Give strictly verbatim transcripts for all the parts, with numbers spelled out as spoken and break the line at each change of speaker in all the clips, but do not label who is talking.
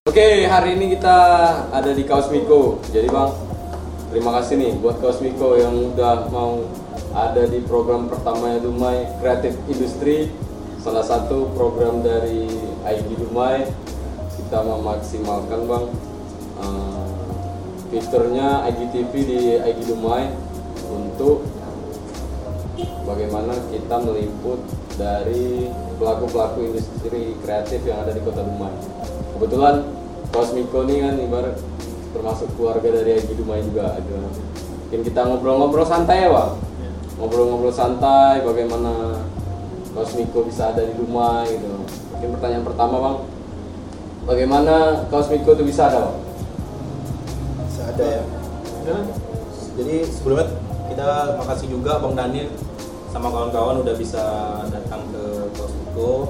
Oke, hari ini kita ada di Kaos Miko. Jadi bang, terima kasih nih buat Kaos Miko yang udah mau ada di program pertamanya Dumai Creative Industry. Salah satu program dari I G Dumai. Kita memaksimalkan bang uh, fiturnya I G T V di I G Dumai untuk bagaimana kita meliput dari pelaku-pelaku industri kreatif yang ada di Kota Dumai. Kebetulan Kaos Miko ini kan ibarat termasuk keluarga dari I G Dumai juga. Mungkin kita ngobrol-ngobrol santai ya bang, ngobrol-ngobrol santai bagaimana Kaos Miko bisa ada di Dumai gitu. Mungkin pertanyaan pertama bang, bagaimana Kaos Miko itu bisa ada bang?
Bisa ada ya. Jadi sebelumnya kita makasih juga Bang Daniel sama kawan-kawan udah bisa datang ke Kaos Miko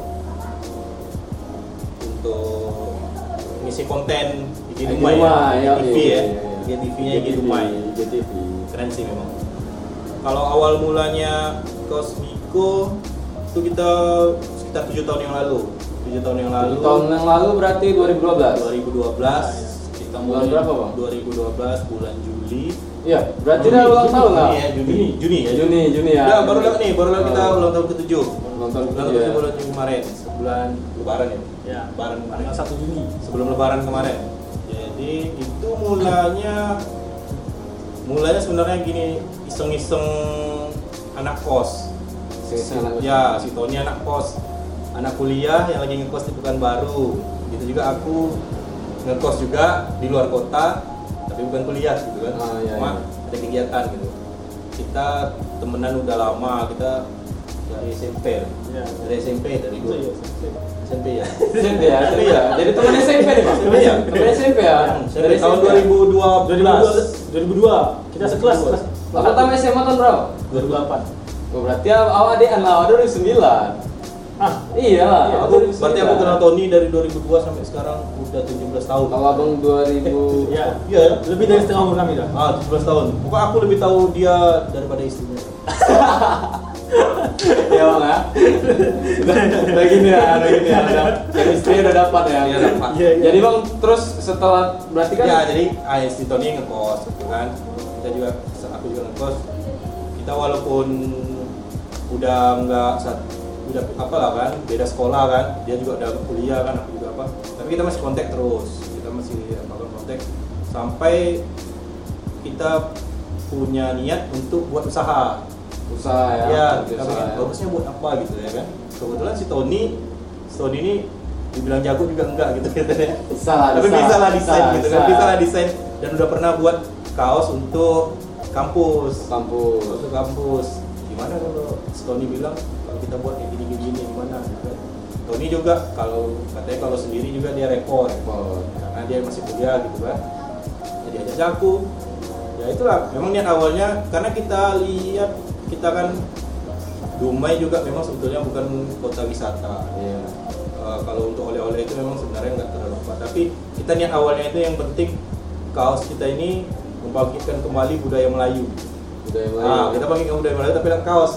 untuk ngisi konten I G Dumai ya, I G T V ya, I G T V-nya I G Dumai, I G T V keren sih memang. Kalau awal mulanya Kaos Miko itu kita sekitar tujuh tahun yang lalu, tujuh tahun yang lalu.
tujuh tahun yang lalu berarti dua ribu dua belas.
dua ribu dua belas kita mulai
berapa bang?
dua ribu dua belas bulan Juli.
Iya, berarti udah ulang tahun lah.
Iya, Juni, Juni ya.
Juni, Juni ya.
Udah baru nih, baru kita ulang tahun ketujuh.
Ulang tahun
Ulang
ketujuh
tahun
ya.
bulan Juni kemarin, sebulan Lebaran ya.
Ya,
Lebaran kemarin.
tanggal satu Juni.
Sebelum Lebaran kemarin. Jadi itu mulanya, mulanya sebenarnya gini, iseng-iseng anak kos.
Iseng-iseng anak kos.
Ya, si Tony anak kos, anak kuliah yang lagi ngekos di Pekanbaru. Gitu juga aku ngekos juga di luar kota, tapi bukan kuliah gitu kan.
Ah, iya,
Cuma
iya.
ada kegiatan gitu. Kita temenan udah lama, kita dari S M P.
Ya.
Dari S M P dari
Itu
dulu.
ya,
S M P ya.
S M P ya, S M P ya. Jadi teman S M P nih bang.
S M P ya?
Teman S M P ya.
Dari tahun dua ribu dua belas.
dua ribu dua kita sekelas kelas
Lah pertama S M A tahun berapa?
dua ribu delapan.
Oh, berarti awal adean lah, awal dua ribu sembilan.
Ah,
Iya lah.
Iya,
awal
Aku,
dua ribu sembilan.
berarti aku kenal Tony dari dua ribu dua sampai sekarang udah tujuh belas tahun.
Kalau abang dua ribu.
ya.
Iya ya?
Lebih dari setengah umur kami dah.
Ah, tujuh belas tahun. Pokoknya aku lebih tahu dia daripada istrinya.
Ya bang ya. Udah udah gini ya, udah gini ya. Udah chemistry udah dapat ya.
Iya, dapat.
Iya, iya.
Jadi bang terus setelah berarti kan.
Ya, jadi ah, si Tony ngekos gitu kan. Kita juga, aku juga ngekos. Kita walaupun udah nggak sat- udah apa lah kan, beda sekolah kan. Dia juga udah kuliah kan, aku juga apa. Tapi kita masih kontak terus. Kita masih apa kontak sampai kita punya niat untuk buat usaha.
Usaha ya.
Ya,
usaha
kita
ya.
pengen bagusnya buat apa gitu ya kan. Kebetulan si Tony, si Tony ini dibilang jago juga enggak gitu katanya.
Bisa lah,
Tapi
bisa,
bisa lah desain
bisa,
gitu
bisa.
kan, bisa lah desain dan udah pernah buat kaos untuk kampus.
Kampus.
Untuk kampus. Gimana kalau si Tony bilang kalau kita buat kayak gini-gini gimana gitu kan. Tony juga kalau katanya kalau sendiri juga dia rekor,
Oh.
karena dia masih kuliah gitu kan. Jadi aja aku. Ya itulah, memang niat awalnya karena kita lihat kita kan Dumai juga memang sebetulnya bukan kota wisata.
Iya.
Uh, kalau untuk oleh-oleh itu memang sebenarnya nggak terlalu apa. Tapi kita niat awalnya itu yang penting kaos kita ini membangkitkan kembali budaya Melayu.
Budaya Melayu.
Nah, kita bangkitkan budaya Melayu tapi lewat kaos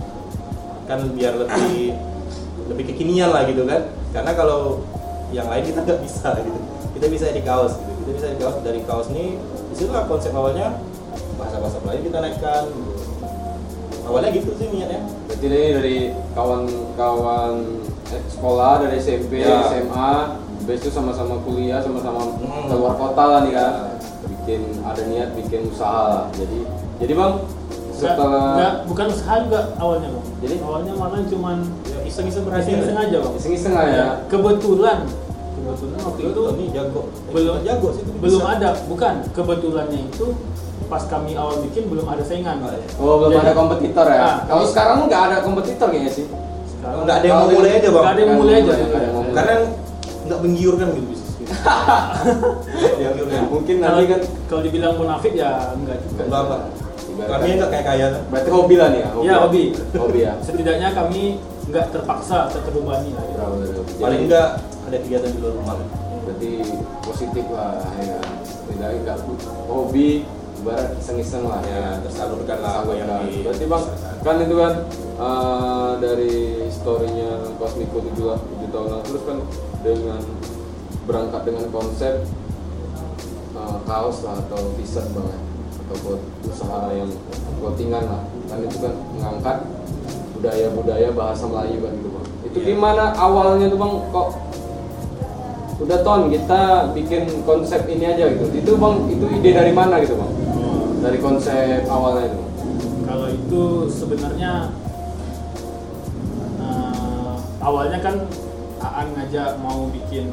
kan biar lebih lebih kekinian lah gitu kan. Karena kalau yang lain kita nggak bisa gitu. Kita bisa di kaos gitu. Kita bisa di kaos dari kaos ini. Disitulah konsep awalnya bahasa-bahasa Melayu kita naikkan. Gitu. Awalnya gitu sih niatnya.
Berarti ini dari kawan-kawan eh, sekolah dari S M P,
Ya.
S M A, habis itu sama-sama kuliah, sama-sama
Hmm.
keluar kota lah nih kan. Bikin ada niat bikin usaha lah. Jadi jadi bang setelah
Enggak, bukan usaha juga awalnya, Bang.
Jadi?
awalnya malah cuman
Ya, iseng-iseng berhasil.
iseng-iseng aja, Bang.
iseng-iseng lah ya.
Kebetulan kebetulan waktu itu
Tony jago. Eh,
belum
kita jago sih. Tony
belum
bisa.
ada, bukan kebetulannya itu pas kami awal bikin belum ada saingan.
Oh, iya.
Oh belum
Jadi-
ada kompetitor ya.
Nah,
Kalau
kami-
sekarang nggak ada kompetitor kayaknya sih.
Sekarang
Nggak ada yang mau
Kalau
mulai aja bang.
nggak ada yang mulai aja.
Nggak ada yang mau mulai.
Karena nggak menggiurkan gitu bisnis. Gitu. Ya, menggiurkan.
Mungkin
kalau,
nanti kan
kalau dibilang munafik ya enggak juga.
Enggak apa.
Ibarat
Kami
kan-
nggak kayak kaya.
berarti hobi lah nih ya.
Iya, hobi.
Hobi ya.
Setidaknya kami nggak terpaksa atau terbebani lah. Gitu.
Betul, betul.
Paling
Jadi,
enggak ada kegiatan di luar rumah.
berarti positif lah ya. Tidak nggak hobi ibarat iseng-iseng lah
Ya, tersalurkan lah apa yang
Tersalurkan.
di-
Berarti bang kan itu kan eh, dari storynya Kaos Miko tujuh tujuh tahun lalu terus kan dengan berangkat dengan konsep uh, kaos lah atau t-shirt bang ya, atau buat usaha yang clothingan lah, kan itu kan mengangkat budaya-budaya bahasa Melayu kan gitu bang. Itu
Iya.
gimana awalnya tuh bang, kok udah ton kita bikin konsep ini aja gitu, itu bang itu ide dari mana gitu bang, dari konsep awalnya itu?
Kalau itu sebenarnya uh, awalnya kan Aan ngajak mau bikin,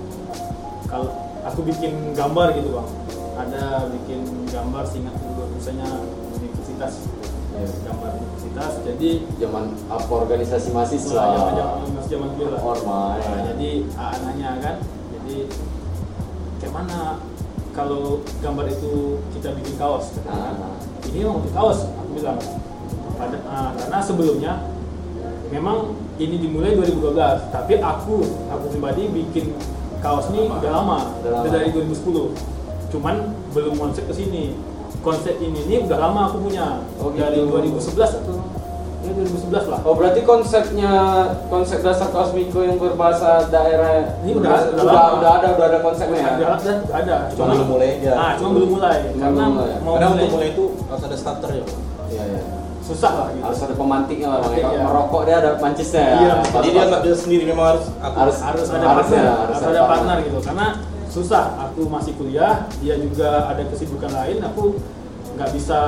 kalau aku bikin gambar gitu bang, ada bikin gambar seingat dulu misalnya universitas,
Ya.
gambar universitas, jadi
Zaman apa organisasi mahasiswa?
zaman zaman masih zaman dulu lah.
Ormas.
Nah, jadi Aan nanya kan, jadi kayak mana kalau gambar itu kita bikin kaos? Katanya.
Nah.
Ini mau bikin kaos, aku bilang. Pada, ah, karena sebelumnya memang ini dimulai dua ribu dua belas, tapi aku aku pribadi bikin kaos ini udah lama,
Udah lama.
udah dari dua ribu sepuluh. Cuman belum konsep ke sini. Konsep ini ini udah lama aku punya.
Oh,
dari
gitu.
dua ribu sebelas atau ya dua ribu sebelas lah.
Oh berarti konsepnya, konsep dasar kaos Miko yang berbahasa daerah
Ini
udah
udah-
udah,
udah lama.
udah ada udah ada konsepnya ya?
Ada, ada, ada.
Cuma belum mulai aja.
Ah, cuma belum mulai.
Cuma
Karena
belum mulai.
mau
Karena
mulai,
untuk mulai itu harus ada starternya Bang.
Iya iya.
susah lah gitu.
Harus ada pemantiknya lah bang.
Iya.
Kalau merokok dia ada mancisnya ya.
Iya.
Pas-
Jadi dia
pas-
nggak bisa sendiri, memang harus aku.
Harus.
harus ada
Harusnya,
partner,
harus
harus
ada
ada partner
partner.
gitu. Karena susah. Aku masih kuliah, dia juga ada kesibukan lain. Aku nggak bisa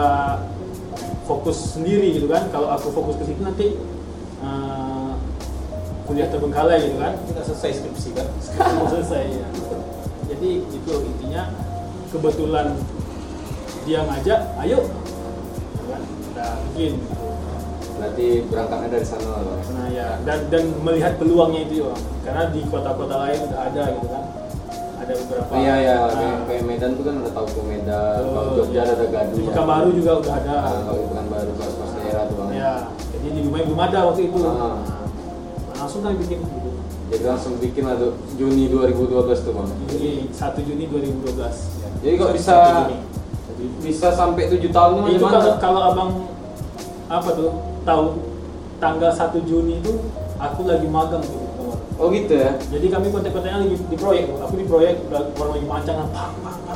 fokus sendiri gitu kan. Kalau aku fokus ke situ nanti eh, kuliah terbengkalai gitu kan.
Kita selesai skripsi kan.
Mau selesai ya. Jadi itu intinya, kebetulan dia ngajak, ayo, gitu kan, kita bikin. Gitu.
Berarti berangkatnya dari sana lah bang.
Nah ya, dan dan melihat peluangnya itu ya, karena di kota-kota lain udah ada gitu kan, ada beberapa.
Oh, iya iya.
Nah,
Kayak, kayak Medan tuh kan ada Tauco Medan,
betul,
kalau Jogja
ya.
ada Gaduh.
Di Pekanbaru juga udah ada.
Nah, kalau di Pekanbaru pas-pas daerah tuh bang.
Ya, jadi di Dumai belum ada waktu itu.
Ah.
Nah, langsung kami bikin gitu.
Jadi langsung bikin lah tuh Juni dua ribu dua belas tuh bang.
Juni satu Juni dua ribu dua belas.
Jadi kok
Satu
bisa
Juni.
bisa sampai tujuh tahun tuh
Itu
gimana?
kalau, kalau abang apa tuh tahu tanggal satu Juni itu aku lagi magang gitu.
Oh gitu ya?
Jadi kami kontak-kontaknya lagi di proyek, aku di proyek udah orang lagi pancangan, pang pang pang.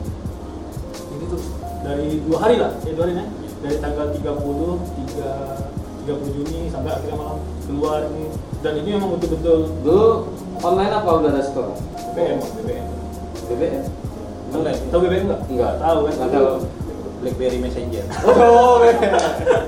Jadi tuh dari dua hari lah, ya dua hari nih, dari tanggal tiga puluh, tiga puluh Juni sampai akhirnya malam keluar ini. Dan ini memang betul-betul
Dulu online apa udah ada store?
B B M, B B M.
B B M?
Online.
Tahu B B M nggak?
Enggak.
Tahu kan?
Nggak tahu.
BlackBerry Messenger.
Oh, B B M.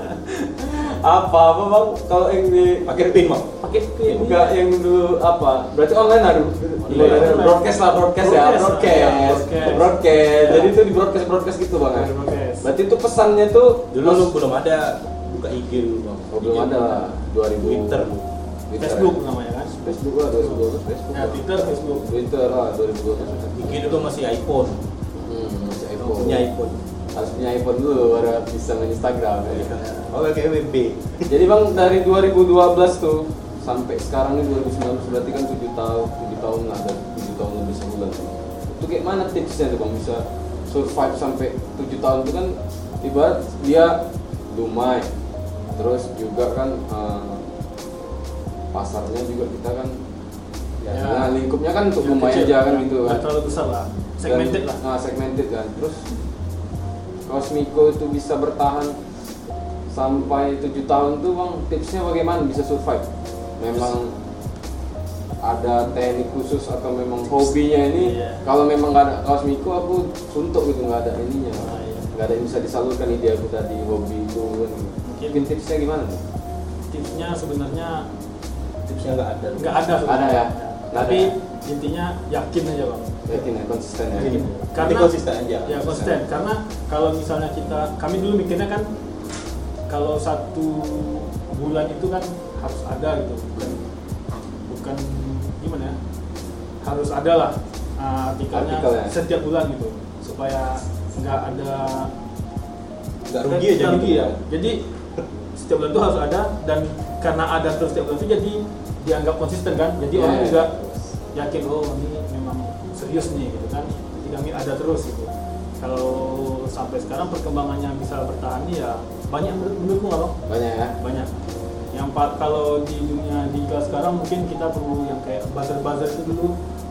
Apa apa bang? Kalau yang di
Pakai pin Bang.
Pakai pin.
enggak yang dulu apa? Berarti online ada
Online.
broadcast lah, broadcast ya,
Broadcast.
broadcast,
Ya, broadcast.
broadcast.
Ya.
Jadi itu di broadcast broadcast gitu bang ya.
Broadcast.
Berarti itu pesannya tuh
Dulu lu belum ada buka I G dulu Bang.
Oh, belum ada lah. dua ribu
Twitter.
Twitter,
Facebook
ya.
namanya kan.
Facebook lah dua ribu dua belas Facebook.
Ya,
lah.
Twitter, Facebook.
Twitter lah dua ribu dua belas.
I G dulu masih iPhone.
Hmm, masih iPhone.
Punya iPhone.
Harus punya iPhone dulu baru bisa main Instagram ya.
Oh kayak W B.
Jadi bang dari dua ribu dua belas tuh sampai sekarang nih dua ribu sembilan belas berarti kan tujuh tahun, tujuh tahun lah, ada tujuh tahun lebih sebulan. Itu kayak mana tipsnya tuh bang bisa survive sampai tujuh tahun itu kan ibarat dia Dumai, terus juga kan eh, pasarnya juga kita kan ya,
Ya.
nah, lingkupnya kan untuk
Yang
Dumai
kecil,
aja kan
yang
gitu kan.
nggak terlalu besar lah, segmented
Dan-
lah.
Nah, segmented kan. Terus Cosmico itu bisa bertahan sampai tujuh tahun tuh bang, tipsnya bagaimana bisa survive? Memang ada teknik khusus atau memang hobinya ini?
Iya.
Kalau memang nggak ada Cosmico aku suntuk gitu, nggak ada ininya,
Ah, iya.
nggak ada yang bisa disalurkan ide aku tadi hobi itu kan. Mungkin tipsnya gimana nih?
Tipsnya sebenarnya
Tipsnya nggak ada.
nggak ada
Ada
sebenarnya.
ya?
Tapi
Ada.
intinya yakin aja bang.
Yakin ya, konsisten ya?
Yakin.
Karena
Tapi konsisten aja.
Ya konsisten. Karena kalau misalnya kita, kami dulu mikirnya kan kalau satu bulan itu kan harus ada gitu, bukan bukan gimana ya? Harus ada lah uh, artikelnya
Artikel ya?
setiap bulan gitu, supaya nggak ada
Nggak rugi aja
nggak
gitu.
rugi ya. Jadi setiap bulan itu harus ada, dan karena ada terus setiap bulan itu jadi dianggap konsisten kan. Jadi
Ya,
orang
ya.
juga yakin, oh ini memang serius nih gitu kan. Jadi kami ada terus gitu. Kalau sampai sekarang perkembangannya bisa bertahan nih ya banyak menurut menurutku nggak bang?
Banyak ya?
Banyak. Yang pak kalau di dunia digital sekarang mungkin kita perlu yang kayak buzzer-buzzer itu dulu,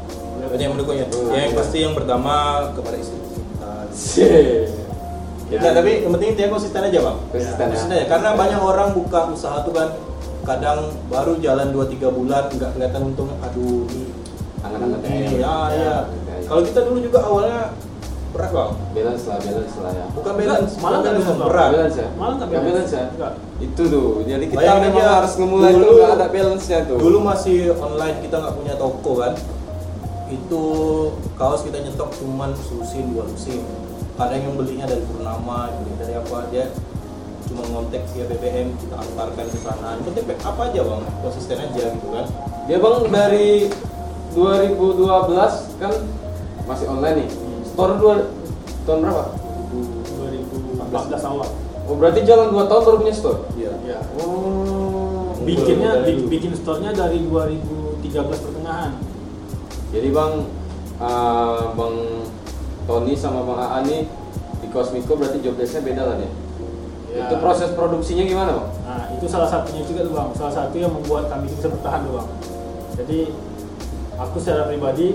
banyak yang mendukungnya.
Oh,
Ya, yang
iya.
pasti yang pertama kepada istri kita.
Cie.
Ya, tapi yang penting dia konsisten aja bang.
Konsisten ya.
Konsisten aja. Karena banyak orang buka usaha tuh kan kadang baru jalan dua tiga bulan nggak kelihatan untung. Aduh ini
Angan-angan
ini ya, ya.
ya.
Kalau kita dulu juga awalnya berat bang.
Balance lah, balance lah ya.
Bukan
Enggak,
balance,
malah nggak
balance,
balance,
berat.
Balance ya?
Malah nggak
Nggak balance ya?
Enggak.
Itu tuh, jadi kita
Bayangin
memang
aja,
harus ngemulai itu
dulu-
nggak ada balance-nya tuh.
Dulu masih online, kita nggak punya toko kan. Itu kaos kita nyetok cuman selusin dua lusin. Kadang yang belinya dari Purnama, yang beli dari apa aja. Cuma ngontek via B B M, kita antarkan ke sana. Yang penting apa aja bang, konsisten aja gitu kan.
Dia bang dari dua ribu dua belas kan masih online nih. Store dua tahun berapa?
dua ribu empat belas awal.
Oh berarti jalan dua tahun baru punya store?
Iya.
Ya.
Oh.
Bikinnya
Dari
bi-
dulu.
bikin store-nya dari dua ribu tiga belas pertengahan.
Jadi bang, uh, bang Tony sama bang Aan nih di Cosmico berarti job desk-nya beda lah nih.
Ya.
Itu proses produksinya gimana bang?
Nah, itu salah satunya juga tuh bang. Salah satu yang membuat kami bisa bertahan tuh bang. Jadi aku secara pribadi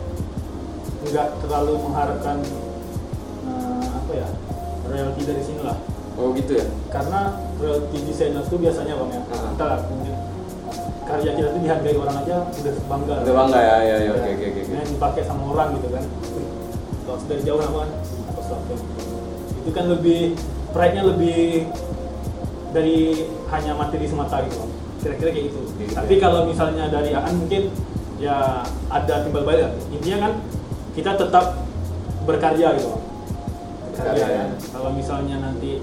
nggak terlalu mengharapkan eh, apa ya royalti dari sini lah.
Oh gitu ya?
Karena royalti desainer itu biasanya bang ya.
Ah.
Kita lah mungkin karya kita itu dihargai orang aja udah bangga.
Udah bangga ya, ya, ya, oke, oke, oke.
Yang dipakai sama orang gitu kan. Wih, kalau dari jauh nama kan, apa sesuatu. Itu kan lebih pride-nya lebih dari hanya materi semata gitu bang. Kira-kira kayak gitu.
Gitu
Tapi
ya.
kalau misalnya dari Aan mungkin ya ada timbal balik lah. Intinya kan kita tetap berkarya gitu bang. Berkarya
Berkarya,
kan.
ya.
Kalau misalnya nanti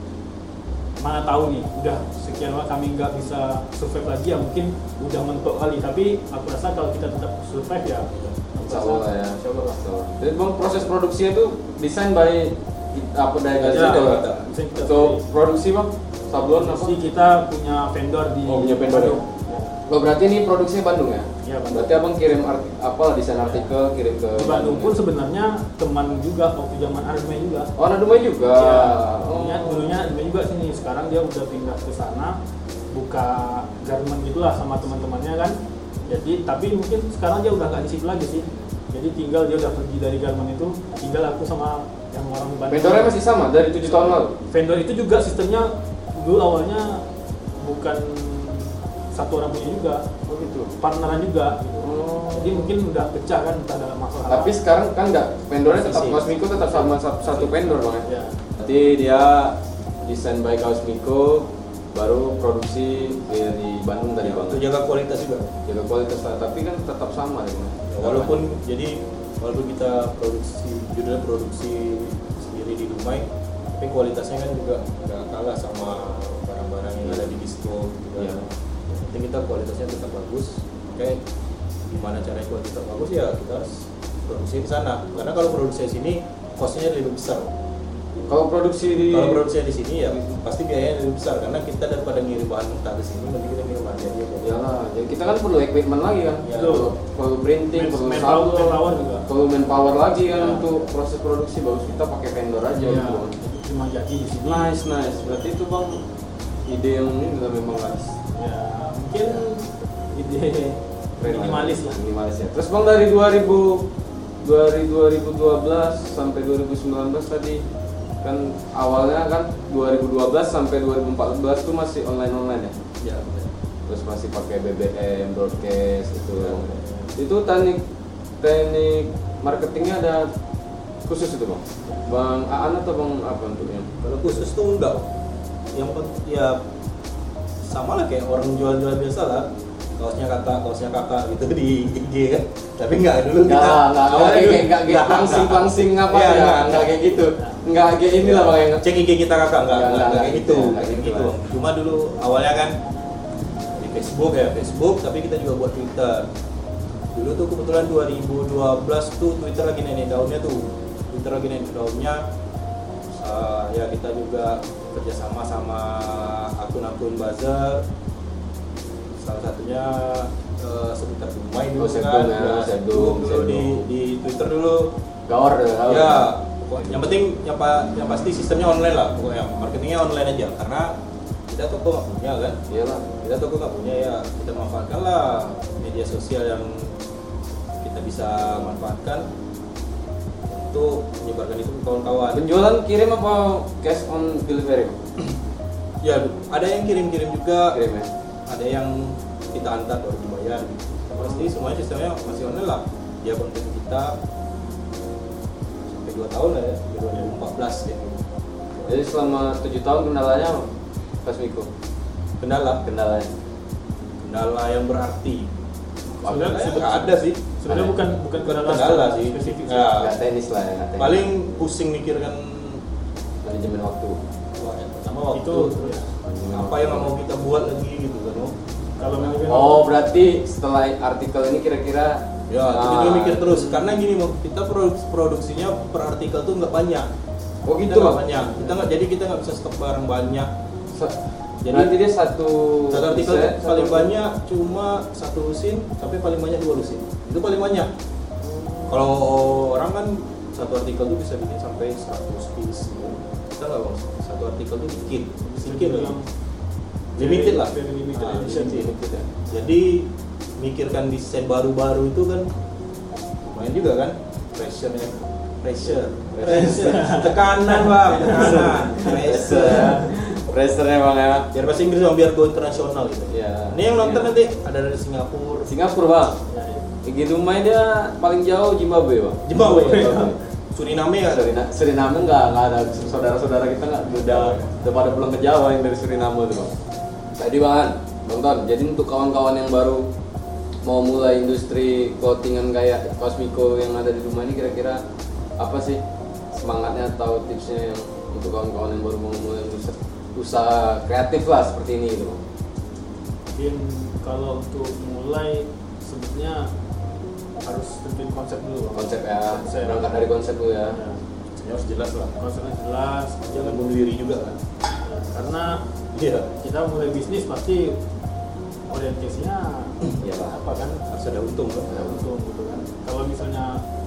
mana tahu nih udah sekian lama kami nggak bisa survive lagi ya mungkin udah mentok kali, tapi aku rasa kalau kita tetap survive ya aku
Insya
rasa-
Allah lah ya.
Insya Allah lah.
Insya Allah. Jadi bang proses produksinya itu desain by apa dari
Ya,
kita
kita.
Desain kita
Untuk
sendiri.
produksi bang, sablon apa?
Pasti kita punya vendor di
Oh, punya vendor ya?
Bandung.
Oh berarti ini produksinya Bandung ya?
Iya, Bandung.
Berarti abang kirim arti, apa desain artikel kirim ke
Di Bandung pun
ya?
sebenarnya teman juga waktu zaman Arme juga.
Oh anak Dumai juga.
Iya,
Oh.
dulunya, dulunya Arme juga sini. Sekarang dia udah pindah ke sana, buka garment gitulah sama teman-temannya kan. Jadi tapi mungkin sekarang dia udah nggak di situ lagi sih. Jadi tinggal dia udah pergi dari garment itu, tinggal aku sama yang orang Bandung.
Vendornya masih sama dari tujuh tahun lalu.
Vendor itu juga sistemnya dulu awalnya bukan satu orang punya juga,
Oh gitu.
partneran juga. Gitu.
Oh.
Jadi mungkin udah pecah kan entah dalam masalah.
Tapi sekarang kan nggak vendornya tetap
Sisi.
Cosmico tetap sama satu, satu vendor bang ya.
ya.
Berarti dia desain by Cosmico, baru produksi dari Bandung tadi bang.
Untuk jaga kualitas juga.
Jaga kualitas lah, tapi kan tetap sama deh bang.
Ya, walaupun jadi walaupun kita produksi judulnya produksi sendiri di Dumai, tapi kualitasnya kan juga nggak kalah sama barang-barang yang ada di distro gitu kan.
Iya.
Yang penting kita kualitasnya tetap bagus. Oke, gimana caranya kualitas tetap bagus ya kita harus produksi di sana. Karena kalau produksi di sini costnya lebih besar.
Kalau produksi di
Kalau produksi di sini ya pasti biayanya lebih besar karena kita daripada ngirim bahan mentah ke sini mending kita ngirim bahan jadi aja.
Iyalah, jadi kita kan perlu equipment lagi kan,
Ya.
perlu, perlu printing,
Man-
perlu
manpower-
sablon,
manpower juga.
perlu manpower lagi kan
Ya.
untuk proses produksi. Bagus kita pakai vendor aja
Ya,
gitu.
cuma jadi di sini.
Nice, nice. Berarti itu bang ide yang ini udah memang nice.
Ya mungkin ide
Keren
minimalis lah.
Minimalis ya. Terus bang dari dua ribu dari dua ribu dua belas sampai dua ribu sembilan belas tadi kan awalnya kan dua ribu dua belas sampai dua ribu empat belas tuh masih online online ya.
Ya, benar.
Terus masih pakai B B M broadcast itu.
Ya.
Itu teknik teknik marketingnya ada khusus itu bang. Bang Aan atau bang apa untuknya?
Kalau khusus tuh enggak. Yang penting ya sama lah kayak orang jual-jual biasa lah. Kaosnya kakak, kaosnya kakak gitu di I G kan. Tapi enggak dulu
Enggak, enggak, enggak,
awalnya
kayak
dulu-
enggak kayak langsing langsing apa
Iya,
ya,
enggak,
enggak kayak gitu. Enggak kayak inilah bang yang
cek I G kita kakak enggak,
Enggak,
enggak,
enggak,
kayak
enggak
gitu,
gitu,
enggak
enggak
gitu.
gitu.
Cuma dulu awalnya kan di Facebook ya, Facebook, tapi kita juga buat Twitter. Dulu tuh kebetulan dua ribu dua belas tuh Twitter lagi naik daunnya tuh. Twitter lagi naik daunnya. Uh, ya kita juga kerjasama sama akun-akun buzzer. Salah satunya uh, seputar Dumai dulu
Oh, Sebdum
kan.
ya,
Ya,
Sebdum,
dulu di,
Sebdum.
di Twitter dulu.
gawar deh. tahu.
Ya, pokoknya- yang penting yang, pa- yang pasti sistemnya online lah, pokoknya marketingnya online aja karena kita toko nggak punya kan,
Iyalah.
kita toko nggak punya ya kita manfaatkan lah media sosial yang kita bisa manfaatkan untuk menyebarkan itu ke kawan-kawan.
Penjualan kirim apa cash on delivery?
Ya, ada yang kirim-kirim juga,
Kirim ya.
ada yang kita antar baru dibayar. Yang pasti semuanya sistemnya masih online lah. Dia konten kita sampai dua tahun lah ya, dua ribu empat belas ya.
Jadi selama tujuh tahun kendalanya apa? Cosmico.
Kendala,
Kendalanya.
kendala yang berarti.
Sebenarnya
Kendala
sebut-
nggak ada sih.
Sebenarnya bukan bukan kendala
Kendala sih.
spesifik sih.
Ya.
Nggak teknis lah ya. nggak teknis.
Paling pusing mikirkan
Manajemen waktu.
wah, yang pertama waktu,
Itu
terus
Manajemen
apa
waktu.
yang nggak mau kita buat lagi gitu kan. oh.
Kalau manajemen
Oh berarti setelah artikel ini kira-kira
Ya,
ah,
kita juga mikir terus karena gini Mo, kita produk- produksinya per artikel tuh nggak banyak.
Oh
Kita
gitu
nggak
Bang?
banyak. Kita nggak jadi kita nggak bisa stok barang banyak.
Se-
Jadi-
Berarti dia satu
Satu artikel
set,
tuh paling
satu-
banyak cuma satu lusin, tapi paling banyak dua lusin. Itu paling banyak. Kalau orang kan satu artikel tuh bisa bikin sampai seratus piece. Kita nggak Bang. Satu artikel tuh bikin sedikit
yang
lah. Limited lah.
Very limited
Ah,
edition sih.
limited ya. Jadi mikirkan desain baru-baru itu kan lumayan juga kan pressure-nya. Pressure. Pressure. Tekanan Bang, tekanan. Pressure.
Pressure-nya Bang ya.
Biar bahasa Inggris Bang, biar go internasional gitu.
Iya.
Ini yang nonton nanti ada dari Singapura.
Singapura Bang.
Ya, ya.
Igi Dumai dia paling jauh Zimbabwe Bang.
Zimbabwe.
Zimbabwe.
Suriname ya.
Suriname, Suriname nggak nggak ada saudara-saudara kita nggak udah udah pada pulang ke Jawa yang dari Suriname tuh Bang. Tadi Bang, Bang Ton. Jadi untuk kawan-kawan yang baru mau mulai industri clothingan kayak Cosmico yang ada di rumah ini kira-kira apa sih semangatnya atau tipsnya yang untuk kawan-kawan yang baru mau mulai usaha, usaha kreatif lah seperti ini gitu Bang.
Mungkin kalau untuk mulai sebetulnya harus tentuin konsep dulu Bang.
Konsep ya,
Konsep.
berangkat dari konsep dulu ya.
Ya,
Ya harus jelas lah.
konsepnya jelas.
Jangan bunuh diri juga kan.
Ya, karena
Iya.
kita mulai bisnis pasti orientasinya
Iyalah.
apa kan
Harus ada untung kan.
ada untung gitu kan. Kalau misalnya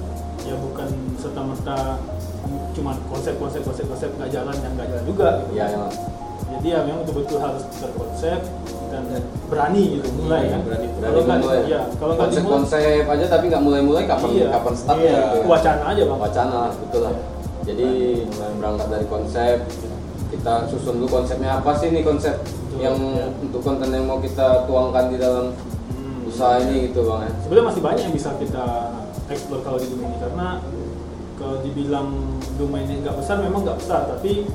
ya bukan serta merta cuma konsep-konsep konsep-konsep nggak jalan yang nggak jalan juga gitu.
Iya, emang.
Jadi ya memang betul-betul harus berkonsep dan berani gitu mulai kan.
Berani,
Berani
Kalau nggak
mulai.
ya kalau nggak dimulai
konsep-konsep aja tapi nggak mulai-mulai kapan
Iya.
kapan startnya
Iya.
gitu ya.
wacana aja bang.
Wacana betul lah.
Iya.
Jadi mulai berangkat dari konsep, kita susun dulu konsepnya apa sih nih konsep
Betul,
yang
iya.
untuk konten yang mau kita tuangkan di dalam
Hmm.
usaha ini gitu bang ya.
Sebenarnya masih banyak yang bisa kita explore kalau di dunia ini karena kalau dibilang domainnya nggak besar memang nggak besar tapi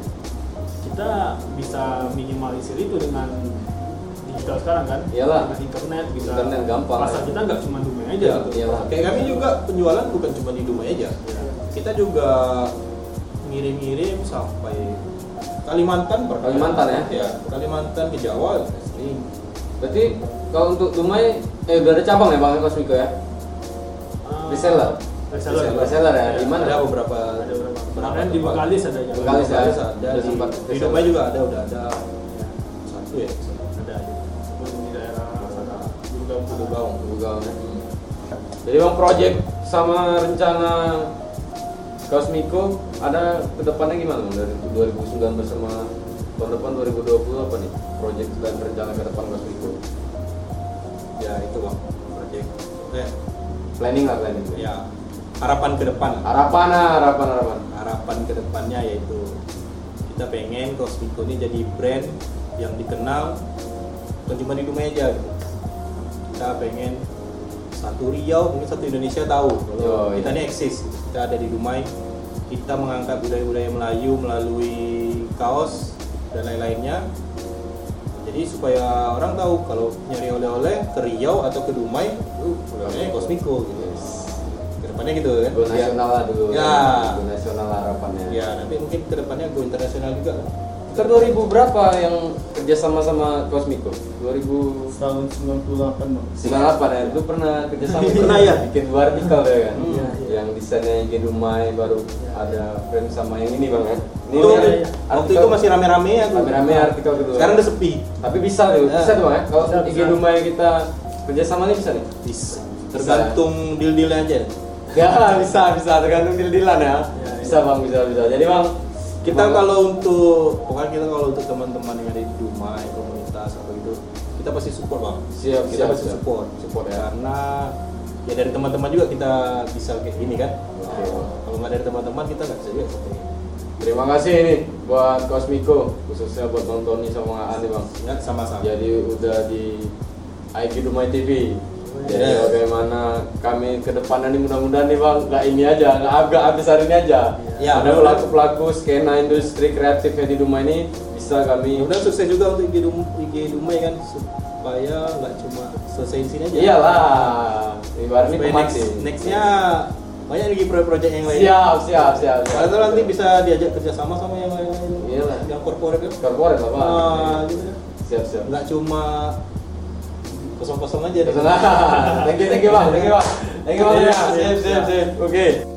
kita bisa minimalisir itu dengan digital sekarang kan.
Iyalah.
Dengan internet bisa.
Internet gampang.
Pasar kita nggak cuma domain aja
Iya,
gitu.
Iyalah.
Kayak kami juga penjualan bukan cuma di Dumai aja.
Ya.
Kita juga ngirim-ngirim sampai Kalimantan pernah.
Kalimantan ya?
Ya, Kalimantan ke Jawa sering.
Berarti kalau untuk Dumai eh udah ada cabang ya bang Cosmico ya?
Uh,
Reseller?
Reseller.
Reseller ya? Di mana?
Ada beberapa
Ada beberapa.
beberapa
Kemarin di
tempat.
Bengkalis ada ya.
Bengkalis ya?
Bengkalis ada,
Udah
di,
sempat
di
reseller.
Dumai juga ada, udah ada satu ya.
Ada di sebelum di daerah sana juga
Kudu Gaung.
Google ya. Jadi bang project sama rencana Cosmico ada kedepannya gimana bang dari dua ribu sembilan belas sama tahun depan dua ribu dua puluh apa nih project dan rencana ke depan Cosmico?
Ya itu bang, project. Eh,
Planning lah planning.
ya harapan ke depan.
Harapan lah harapan harapan.
Harapan ke depannya yaitu kita pengen Cosmico ini jadi brand yang dikenal bukan cuma di Dumai aja gitu. Kita pengen satu Riau, mungkin satu Indonesia tahu kalau
Yo,
kita
iya.
ini eksis. Kita ada di Dumai, kita mengangkat budaya-budaya Melayu melalui kaos dan lain-lainnya. Jadi supaya orang tahu kalau nyari oleh-oleh ke Riau atau ke Dumai, uh, oleh-olehnya Cosmico gitu. Kedepannya gitu kan.
Go nasional lah dulu.
Ya.
Go nasional lah harapannya.
Ya, nanti mungkin kedepannya go internasional juga.
Kita dua ribu berapa yang kerja sama sama Cosmico? dua ribu
tahun sembilan puluh delapan bang.
sembilan puluh delapan ya, itu pernah kerja sama
Pernah ya?
bikin dua artikel ya kan?
Hmm, iya, iya.
Yang desainnya Igi Dumai baru ada frame sama yang ini bang ya? Ini
Itu,
ini
waktu itu masih rame-rame ya. tuh.
rame-rame artikel kedua.
Sekarang udah sepi.
Tapi bisa tuh,
Ya.
bisa tuh bang ya? Kalau
Bisa,
Igi
bisa.
Dumai kita kerja sama nih bisa nih?
Bisa. Tergantung deal-dealnya aja.
Ya bisa, bisa tergantung deal-dealan ya.
Ya,
Bisa bang, bisa, bisa. Jadi bang
Kita
Bang,
kalau untuk, pokoknya kita kalau untuk teman-teman yang ada di Dumai, komunitas atau itu, kita pasti support bang.
Siap,
Kita
siap,
pasti
siap.
support.
Support ya.
Karena ya dari teman-teman juga kita bisa kayak gini kan.
Oke.
Kalau nggak dari teman-teman kita nggak bisa juga seperti ini.
Terima kasih nih buat Cosmico, khususnya buat Bang Tony sama Ani Bang.
Ya, sama-sama.
Jadi udah di I G Dumai T V. Jadi
Yes.
bagaimana kami ke depannya nih, mudah-mudahan nih Bang, nggak ini aja, nggak agak habis hari ini aja.
Ya,
Ada
mudah-mudahan.
pelaku-pelaku skena industri kreatifnya di Dumai ini bisa kami.
Udah sukses juga untuk I G Dum- I G Dumai kan supaya nggak cuma selesai di sini aja.
Iyalah, ibarat ini
Supaya next,
pemantik.
nextnya banyak lagi proyek-proyek yang lain.
Siap, siap, siap. siap.
Karena nanti bisa diajak kerjasama sama yang lain,
Iyalah.
yang corporate kan.
Corporate apa?
Ah, gitu kan.
Siap, siap.
Nggak cuma kosong-kosong aja.
Thank you, thank you Bang, thank you Bang. Thank you Bang.
Iya,
Sip, sip, sip. Oke.